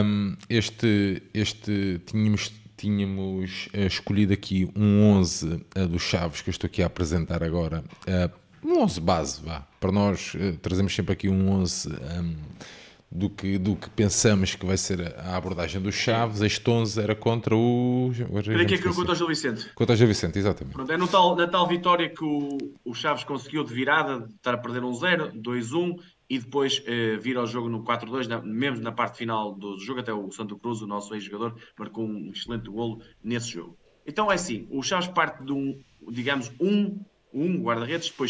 tínhamos escolhido aqui um 11 dos Chaves que eu estou aqui a apresentar agora, um 11 base, vá. Para nós trazemos sempre aqui um 11 do que pensamos que vai ser a abordagem dos Chaves. Este 11 era contra o... Creio que é contra o Gil Vicente. Contra o Gil Vicente, exatamente. Pronto, é na tal vitória que o Chaves conseguiu de virada, de estar a perder 1-0, 2-1, e depois vir ao jogo no 4-2, mesmo na parte final do jogo, até o Santo Cruz, o nosso ex-jogador, marcou um excelente golo nesse jogo. Então é assim, o Chaves parte de digamos, um guarda-redes, depois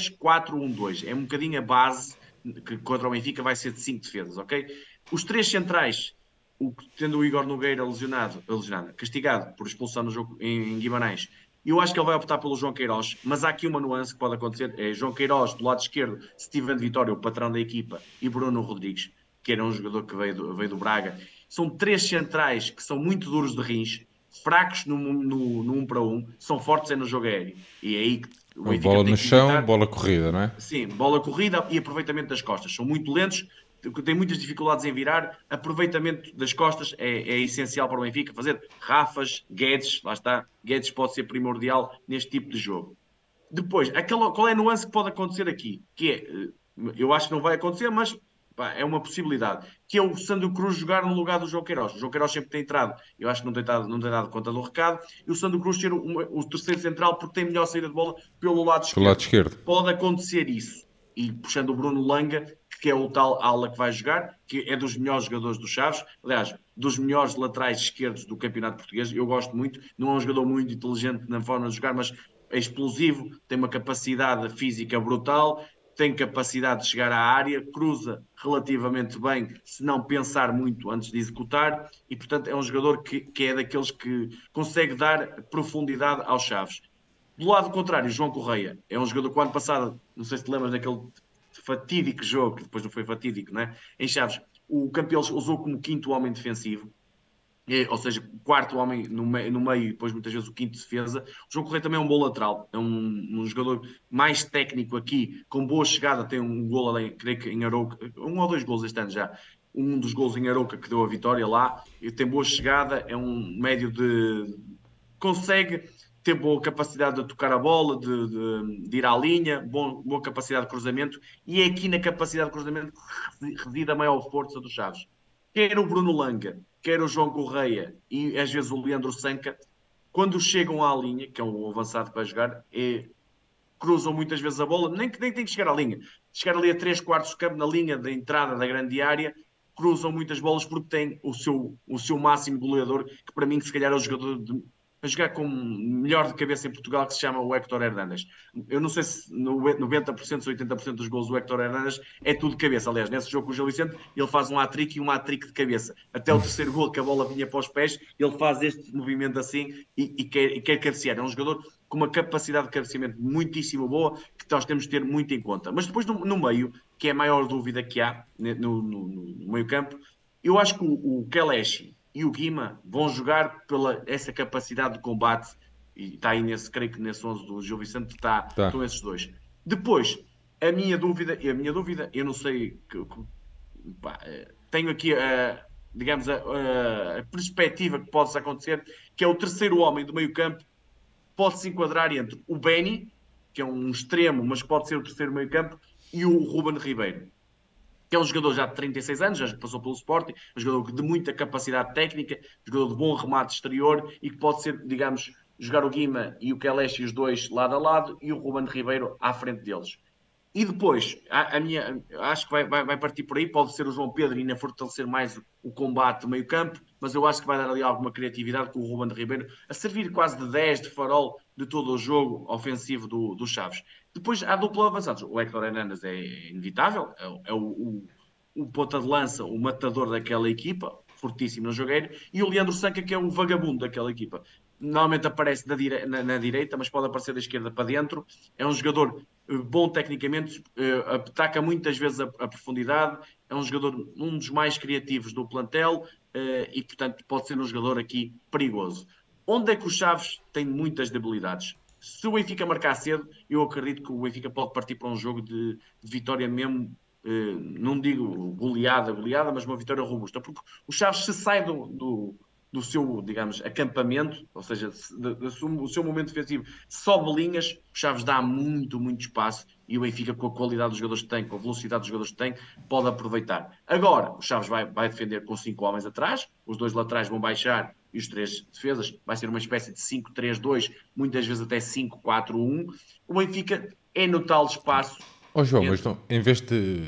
3-4-1-2. É um bocadinho a base que contra o Benfica vai ser de 5 defesas, ok? Os 3 centrais, tendo o Igor Nogueira lesionado, castigado por expulsão no jogo em Guimarães, eu acho que ele vai optar pelo João Queiroz, mas há aqui uma nuance que pode acontecer, é João Queiroz do lado esquerdo, Steven de Vitória, o patrão da equipa, e Bruno Rodrigues, que era um jogador que veio do Braga. São 3 centrais que são muito duros de rins, fracos no 1 para 1, são fortes no jogo aéreo. E é aí que o Benfica bola tem no que chão, evitar. bola corrida, não é? Sim, bola corrida e aproveitamento das costas. São muito lentos, têm muitas dificuldades em virar. Aproveitamento das costas é essencial para o Benfica. Fazer Rafas, Guedes, lá está. Guedes pode ser primordial neste tipo de jogo. Depois, qual é a nuance que pode acontecer aqui? Que é, eu acho que não vai acontecer, mas é uma possibilidade. Que é o Sandro Cruz jogar no lugar do João Queiroz. O João Queiroz sempre tem entrado. Eu acho que não tem dado conta do recado. E o Sandro Cruz ser o terceiro central porque tem melhor saída de bola pelo lado esquerdo. Pelo lado esquerdo. Pode acontecer isso. E puxando o Bruno Langa, que é o tal ala que vai jogar, que é dos melhores jogadores do Chaves, aliás, dos melhores laterais esquerdos do campeonato português. Eu gosto muito. Não é um jogador muito inteligente na forma de jogar, mas é explosivo, tem uma capacidade física brutal, tem capacidade de chegar à área, cruza relativamente bem, se não pensar muito antes de executar, e portanto é um jogador que é daqueles que consegue dar profundidade aos Chaves. Do lado contrário, João Correia é um jogador que o ano passado, não sei se te lembras daquele fatídico jogo, que depois não foi fatídico, né? Em Chaves, o Campelos usou como quinto homem defensivo, ou seja, o quarto homem no meio e depois muitas vezes o quinto defesa. O João Correia também é um bom lateral, é um jogador mais técnico aqui, com boa chegada, tem um gol além, creio que em Arouca, 1 ou 2 gols este ano já, um dos gols em Arouca que deu a vitória lá, e tem boa chegada, é um médio consegue ter boa capacidade de tocar a bola, de ir à linha, boa capacidade de cruzamento, e é aqui na capacidade de cruzamento que reside a maior força dos Chaves. Quer o Bruno Langa, quer o João Correia e às vezes o Leandro Sanca, quando chegam à linha, que é um avançado para jogar, cruzam muitas vezes a bola, nem tem que chegar à linha, chegar ali a 3 quartos de campo na linha da entrada da grande área, cruzam muitas bolas porque tem o seu máximo goleador, que para mim se calhar é o jogador a jogar com melhor de cabeça em Portugal, que se chama o Héctor Hernández. Eu não sei se 90%, se 80% dos gols do Héctor Hernández é tudo de cabeça. Aliás, nesse jogo com o Gil Vicente, ele faz um hat-trick e um hat-trick de cabeça. Até o terceiro gol, que a bola vinha para os pés, ele faz este movimento assim e quer cabecear. É um jogador com uma capacidade de cabeceamento muitíssimo boa, que nós temos de ter muito em conta. Mas depois, no meio, que é a maior dúvida que há no meio campo, eu acho que o Kelechi e o Guima vão jogar pela essa capacidade de combate, e está aí creio que nesse 11 do Gil Vicente Tá. estão esses dois. Depois, a minha dúvida, eu não sei, pá, tenho aqui digamos, a perspectiva que possa acontecer, que é o terceiro homem do meio campo, pode-se enquadrar entre o Benny, que é um extremo, mas pode ser o terceiro meio campo, e o Ruben Ribeiro, que é um jogador já de 36 anos, já passou pelo Sporting, um jogador de muita capacidade técnica, um jogador de bom remate exterior e que pode ser, digamos, jogar o Guima e o Kelechi os dois lado a lado e o Ruben Ribeiro à frente deles. E depois, acho que vai partir por aí, pode ser o João Pedro e ainda fortalecer mais o combate do meio campo, mas eu acho que vai dar ali alguma criatividade com o Ruben Ribeiro, a servir quase de 10 de farol de todo o jogo ofensivo do Chaves. Depois há dupla avançados. O Héctor Hernández é inevitável, é o ponta de lança, o matador daquela equipa, fortíssimo no jogueiro, e o Leandro Sanca, que é o vagabundo daquela equipa. Normalmente aparece na direita, mas pode aparecer da esquerda para dentro. É um jogador bom tecnicamente, ataca muitas vezes a profundidade, é um jogador, um dos mais criativos do plantel, e portanto pode ser um jogador aqui perigoso. Onde é que o Chaves tem muitas debilidades? Se o Benfica marcar cedo, eu acredito que o Benfica pode partir para um jogo de vitória mesmo, não digo goleada, mas uma vitória robusta, porque o Chaves se sai do seu, digamos, acampamento, ou seja, o seu momento defensivo sobe linhas, o Chaves dá muito espaço e o Benfica, com a qualidade dos jogadores que tem, com a velocidade dos jogadores que tem, pode aproveitar. Agora, o Chaves vai defender com 5 homens atrás, os 2 laterais vão baixar e os 3 defesas, vai ser uma espécie de 5-3-2, muitas vezes até 5-4-1. O Benfica é no tal espaço. Ó João, mas não, em vez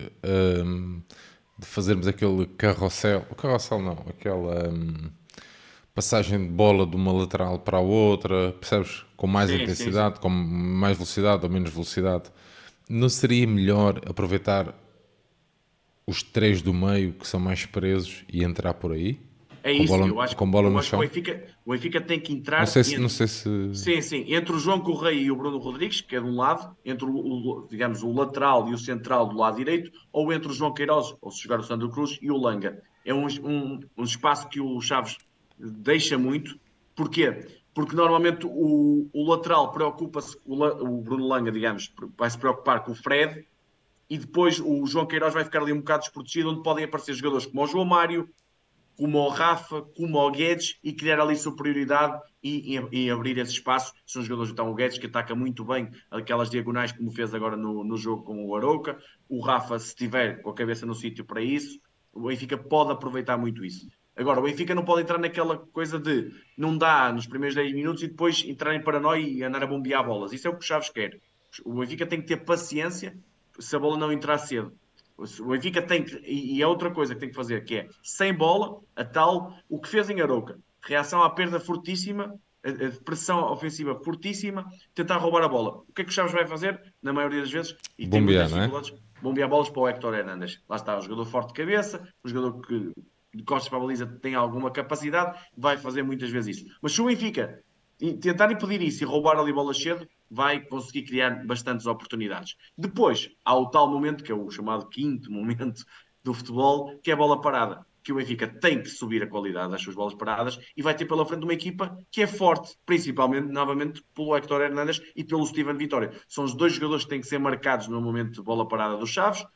de fazermos aquele carrossel, o carrossel não, aquela passagem de bola de uma lateral para a outra, percebes? Com mais intensidade, com mais velocidade ou menos velocidade, não seria melhor aproveitar os 3 do meio que são mais presos e entrar por aí? É Com isso, bola, eu acho, com bola eu no acho que chão? O Benfica tem que entrar. Não sei se. Sim, entre o João Correia e o Bruno Rodrigues, que é de um lado, entre digamos, o lateral e o central do lado direito, ou entre o João Queiroz, ou se jogar o Sandro Cruz, e o Langa. É um espaço que o Chaves deixa muito. Porquê? Porque normalmente o lateral preocupa-se, o Bruno Langa, digamos, vai se preocupar com o Fred, e depois o João Queiroz vai ficar ali um bocado desprotegido, onde podem aparecer jogadores como o João Mário, como o Rafa, como o Guedes, e criar ali superioridade e abrir esse espaço. São jogadores, então, o Guedes, que ataca muito bem aquelas diagonais, como fez agora no jogo com o Arouca. O Rafa, se estiver com a cabeça no sítio para isso, o Benfica pode aproveitar muito isso. Agora, o Benfica não pode entrar naquela coisa de não dá nos primeiros 10 minutos e depois entrar em paranoia e andar a bombear bolas. Isso é o que o Chaves quer. O Benfica tem que ter paciência se a bola não entrar cedo. O Benfica tem que, e é outra coisa que tem que fazer, que é, sem bola, o que fez em Arouca, reação à perda fortíssima, a pressão ofensiva fortíssima, tentar roubar a bola. O que é que o Chaves vai fazer? Na maioria das vezes, e tem Bombear, muitas não é? dificuldades, bombear bolas para o Héctor Hernández. Lá está, um jogador forte de cabeça, um jogador que de costas para a baliza tem alguma capacidade, vai fazer muitas vezes isso. Mas se o Benfica tentar impedir isso e roubar ali bolas cedo, vai conseguir criar bastantes oportunidades. Depois, há o tal momento, que é o chamado quinto momento do futebol, que é a bola parada, que o Benfica tem que subir a qualidade das suas bolas paradas e vai ter pela frente uma equipa que é forte, principalmente, novamente, pelo Héctor Hernández e pelo Steven Vitória. São os 2 jogadores que têm que ser marcados no momento de bola parada dos Chaves.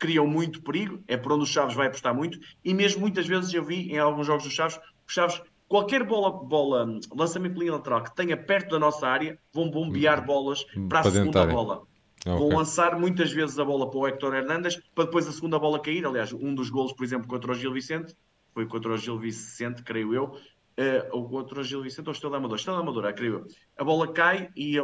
criam muito perigo, é por onde o Chaves vai apostar muito, e mesmo muitas vezes eu vi em alguns jogos dos Chaves, os Chaves, qualquer lançamento de linha lateral que tenha perto da nossa área, vão bombear bolas para a Para segunda tentarem. bola. Vão Ok. lançar muitas vezes a bola para o Héctor Hernández, para depois a segunda bola cair. Aliás, um dos golos, por exemplo, contra o Gil Vicente, foi contra o Gil Vicente, creio eu, ou contra o Gil Vicente, ou Estrela da Amadora, creio eu. A bola cai e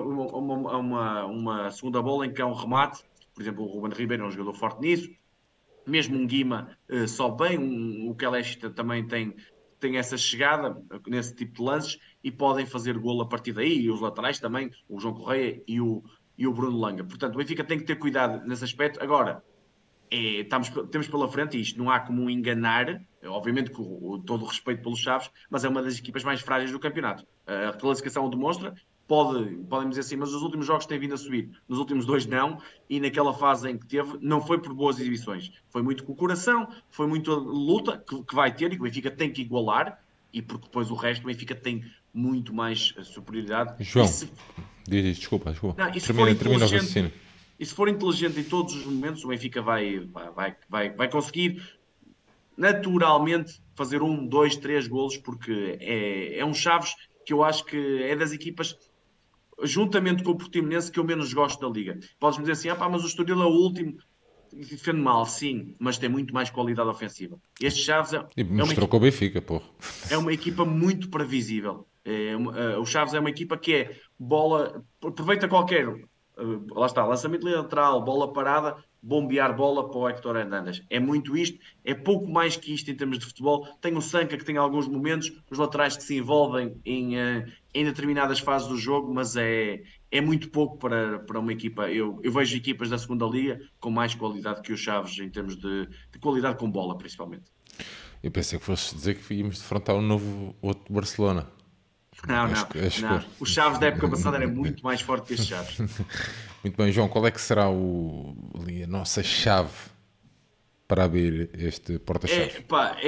uma segunda bola em que há um remate. Por exemplo, o Ruben Ribeiro é um jogador forte nisso. Mesmo um Guima sobe bem, o Kellesh também tem essa chegada nesse tipo de lances e podem fazer golo a partir daí. E os laterais também, o João Correia e o Bruno Langa. Portanto, o Benfica tem que ter cuidado nesse aspecto. Agora, temos pela frente, e isto não há como enganar, obviamente com todo o respeito pelos Chaves, mas é uma das equipas mais frágeis do campeonato. A classificação o demonstra, podem dizer assim, mas os últimos jogos têm vindo a subir, nos últimos dois não, e naquela fase em que teve, não foi por boas exibições, foi muito com o coração, foi muito luta que vai ter, e que o Benfica tem que igualar, e porque depois o resto, o Benfica tem muito mais superioridade, João, desculpa. não, e se for Termina o inteligente raciocínio. e se for inteligente em todos os momentos, o Benfica vai conseguir naturalmente fazer um, dois, três golos, porque é um Chaves que eu acho que é das equipas, juntamente com o Portimonense, que eu menos gosto da Liga. Podes-me dizer assim, mas o Estoril é o último, e defende mal, sim, mas tem muito mais qualidade ofensiva. Este Chaves E é uma mostrou equipa, com o Benfica, porra. é uma equipa muito previsível. O Chaves é uma equipa que é bola, aproveita qualquer, lá está, lançamento lateral, bola parada, bombear bola para o Héctor Hernández. É muito isto, é pouco mais que isto em termos de futebol. Tem o Sanca que tem alguns momentos, os laterais que se envolvem em determinadas fases do jogo, mas é muito pouco para uma equipa. Eu vejo equipas da segunda liga com mais qualidade que o Chaves em termos de qualidade com bola, principalmente. Eu pensei que fosse dizer que íamos defrontar um novo outro Barcelona. Não, Acho não, que acho que não. O Chaves da época passada era muito mais forte que este Chaves. Muito bem, João, qual é que será a nossa chave para abrir este porta-chaves?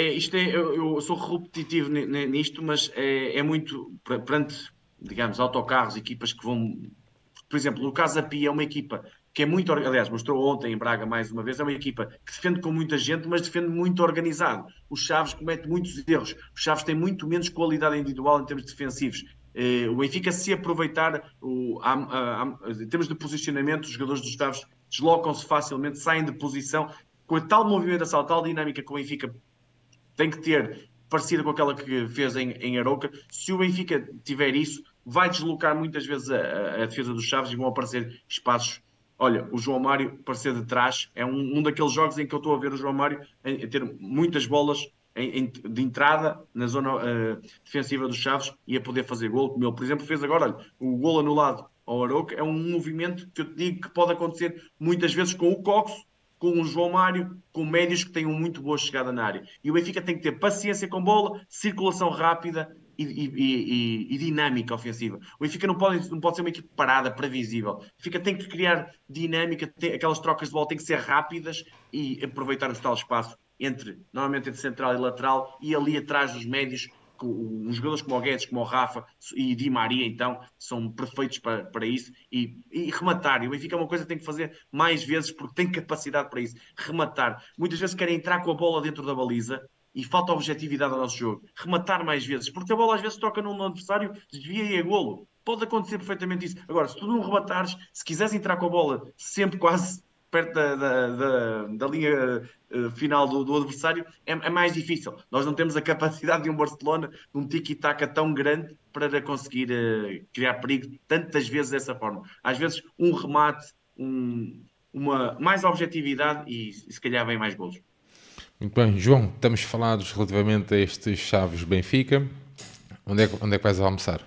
Eu sou repetitivo nisto, mas é muito perante, digamos, autocarros, equipas que vão. Por exemplo, o Casa Pia é uma equipa que é muito. Aliás, mostrou ontem em Braga mais uma vez, é uma equipa que defende com muita gente, mas defende muito organizado. O Chaves comete muitos erros. O Chaves tem muito menos qualidade individual em termos defensivos. O Benfica, se aproveitar em termos de posicionamento, os jogadores dos Chaves deslocam-se facilmente, saem de posição com a tal movimentação, a tal dinâmica que o Benfica tem que ter, parecida com aquela que fez em Arouca. Se o Benfica tiver isso, vai deslocar muitas vezes a defesa dos Chaves e vão aparecer espaços. Olha, o João Mário aparecer de trás é um daqueles jogos em que eu estou a ver o João Mário a ter muitas bolas de entrada na zona defensiva dos Chaves e a poder fazer golo, como ele, por exemplo, fez agora. Olha, o golo anulado ao Arouca é um movimento que eu te digo que pode acontecer muitas vezes com o Coxo, com o João Mário, com médios que tenham muito boa chegada na área. E o Benfica tem que ter paciência com bola, circulação rápida e dinâmica ofensiva. O Benfica não pode ser uma equipe parada, previsível. O Benfica tem que criar dinâmica, aquelas trocas de bola têm que ser rápidas e aproveitar o tal espaço normalmente entre central e lateral, e ali atrás dos médios, uns jogadores como o Guedes, como o Rafa e Di Maria, então, são perfeitos para isso. E rematar. E o Benfica é uma coisa que tem que fazer mais vezes, porque tem capacidade para isso. Rematar. Muitas vezes querem entrar com a bola dentro da baliza e falta objetividade ao nosso jogo. Rematar mais vezes, porque a bola às vezes toca num adversário, desvia e é golo. Pode acontecer perfeitamente isso. Agora, se tu não rematares, se quiseres entrar com a bola sempre quase perto da linha final do adversário, é mais difícil. Nós não temos a capacidade de um Barcelona, de um tiki-taka tão grande para conseguir criar perigo tantas vezes dessa forma. Às vezes, um remate, mais objetividade e se calhar vem mais golos. Muito bem, João, estamos falados relativamente a estes Chaves Benfica. Onde é que vais almoçar?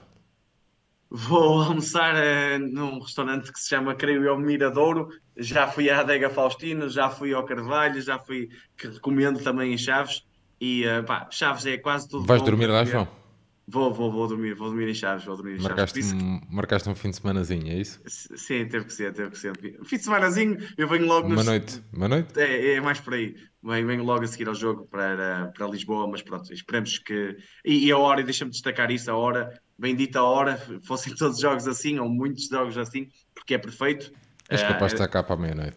Vou almoçar num restaurante que se chama, creio eu, Miradouro. Já fui à Adega Faustino, já fui ao Carvalho, que recomendo também em Chaves. E Chaves é quase tudo Vais bom dormir para lá, comer. João? Vou dormir em Chaves, vou dormir em Chaves. Por isso, Marcaste um fim de semanazinho, é isso? sim, teve que ser, teve que ser. Fim de semanazinho, eu venho logo Uma noite. Uma noite? É mais por aí. Venho logo a seguir ao jogo para Lisboa, mas pronto, esperemos que. E a hora, e deixa-me destacar isso, a hora, bendita hora, fossem todos jogos assim, ou muitos jogos assim, porque é perfeito. És capaz de Eh, estar cá para a meia-noite.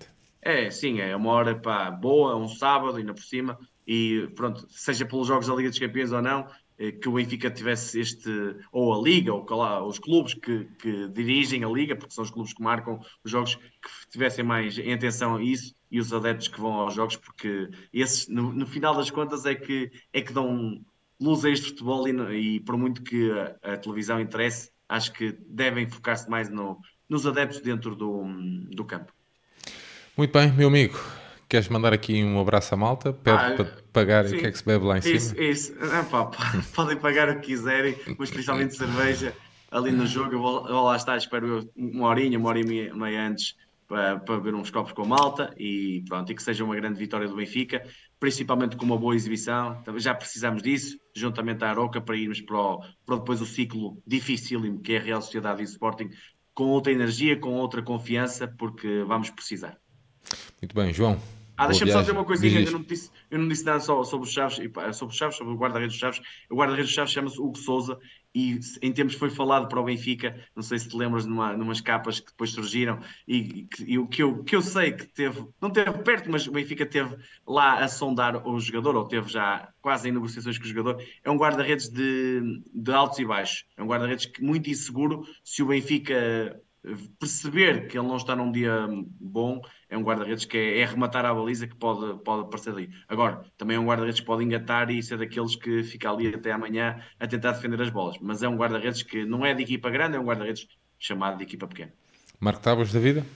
Sim, é uma hora pá, boa, um sábado, ainda por cima, e pronto, seja pelos jogos da Liga dos Campeões ou não, que o Benfica tivesse ou a Liga, ou lá, os clubes que dirigem a Liga, porque são os clubes que marcam os jogos, que tivessem mais em atenção a isso, e os adeptos que vão aos jogos, porque esses, no final das contas, é que dão luz a este futebol, e por muito que a televisão interesse, acho que devem focar-se mais nos adeptos dentro do campo. Muito bem, meu amigo. Queres mandar aqui um abraço à malta? Pede para Ah, pagar o que é sim, que se bebe lá em cima. isso. Ah, pá, podem pagar o que quiserem, mas principalmente cerveja ali no jogo. Eu vou lá estar, espero eu, uma hora e meia antes para beber uns copos com a malta e pronto, e que seja uma grande vitória do Benfica, principalmente com uma boa exibição. Também já precisamos disso, juntamente à Aroca, para irmos para depois o ciclo dificílimo que é a Real Sociedade e o Sporting, com outra energia, com outra confiança, porque vamos precisar. Muito bem, João. Boa Deixa-me só dizer viagem. uma Diz coisinha, isto. eu não disse nada só sobre os Chaves, sobre os Chaves, sobre o guarda-redes dos Chaves. O guarda-redes dos Chaves chama-se Hugo Souza e em tempos foi falado para o Benfica, não sei se te lembras, numas capas que depois surgiram e o que eu sei que teve, não teve perto, mas o Benfica teve lá a sondar o jogador, ou teve já quase em negociações com o jogador. É um guarda-redes de altos e baixos, é um guarda-redes muito inseguro. Se o Benfica perceber que ele não está num dia bom, é um guarda-redes que é rematar à baliza que pode aparecer ali. Agora, também é um guarda-redes que pode engatar e ser daqueles que fica ali até amanhã a tentar defender as bolas. Mas é um guarda-redes que não é de equipa grande, é um guarda-redes chamado de equipa pequena. Marco Tábuas da vida?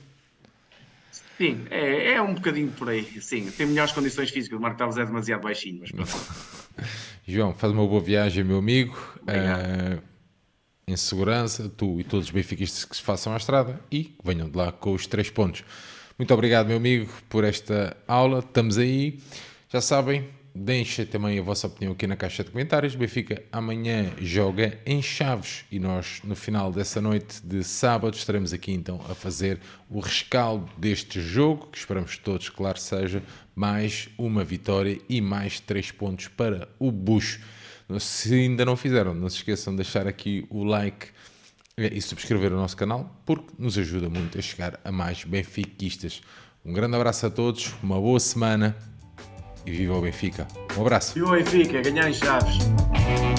Sim, é um bocadinho por aí. Sim, tem melhores condições físicas. O Marco Tavares é demasiado baixinho, mas pronto. João, faz uma boa viagem, meu amigo. Obrigado. Em segurança, tu e todos os benfiquistas que se façam à estrada e que venham de lá com os 3 pontos. Muito obrigado, meu amigo, por esta aula. Estamos aí. Já sabem, deixem também a vossa opinião aqui na caixa de comentários. Benfica amanhã joga em Chaves e nós, no final dessa noite de sábado, estaremos aqui então a fazer o rescaldo deste jogo, que esperamos todos, claro, seja mais uma vitória e mais 3 pontos para o Bucho. Se ainda não fizeram, não se esqueçam de deixar aqui o like e subscrever o nosso canal, porque nos ajuda muito a chegar a mais benfiquistas. Um grande abraço a todos, uma boa semana e viva o Benfica. Um abraço. E o Benfica, ganhar em Chaves.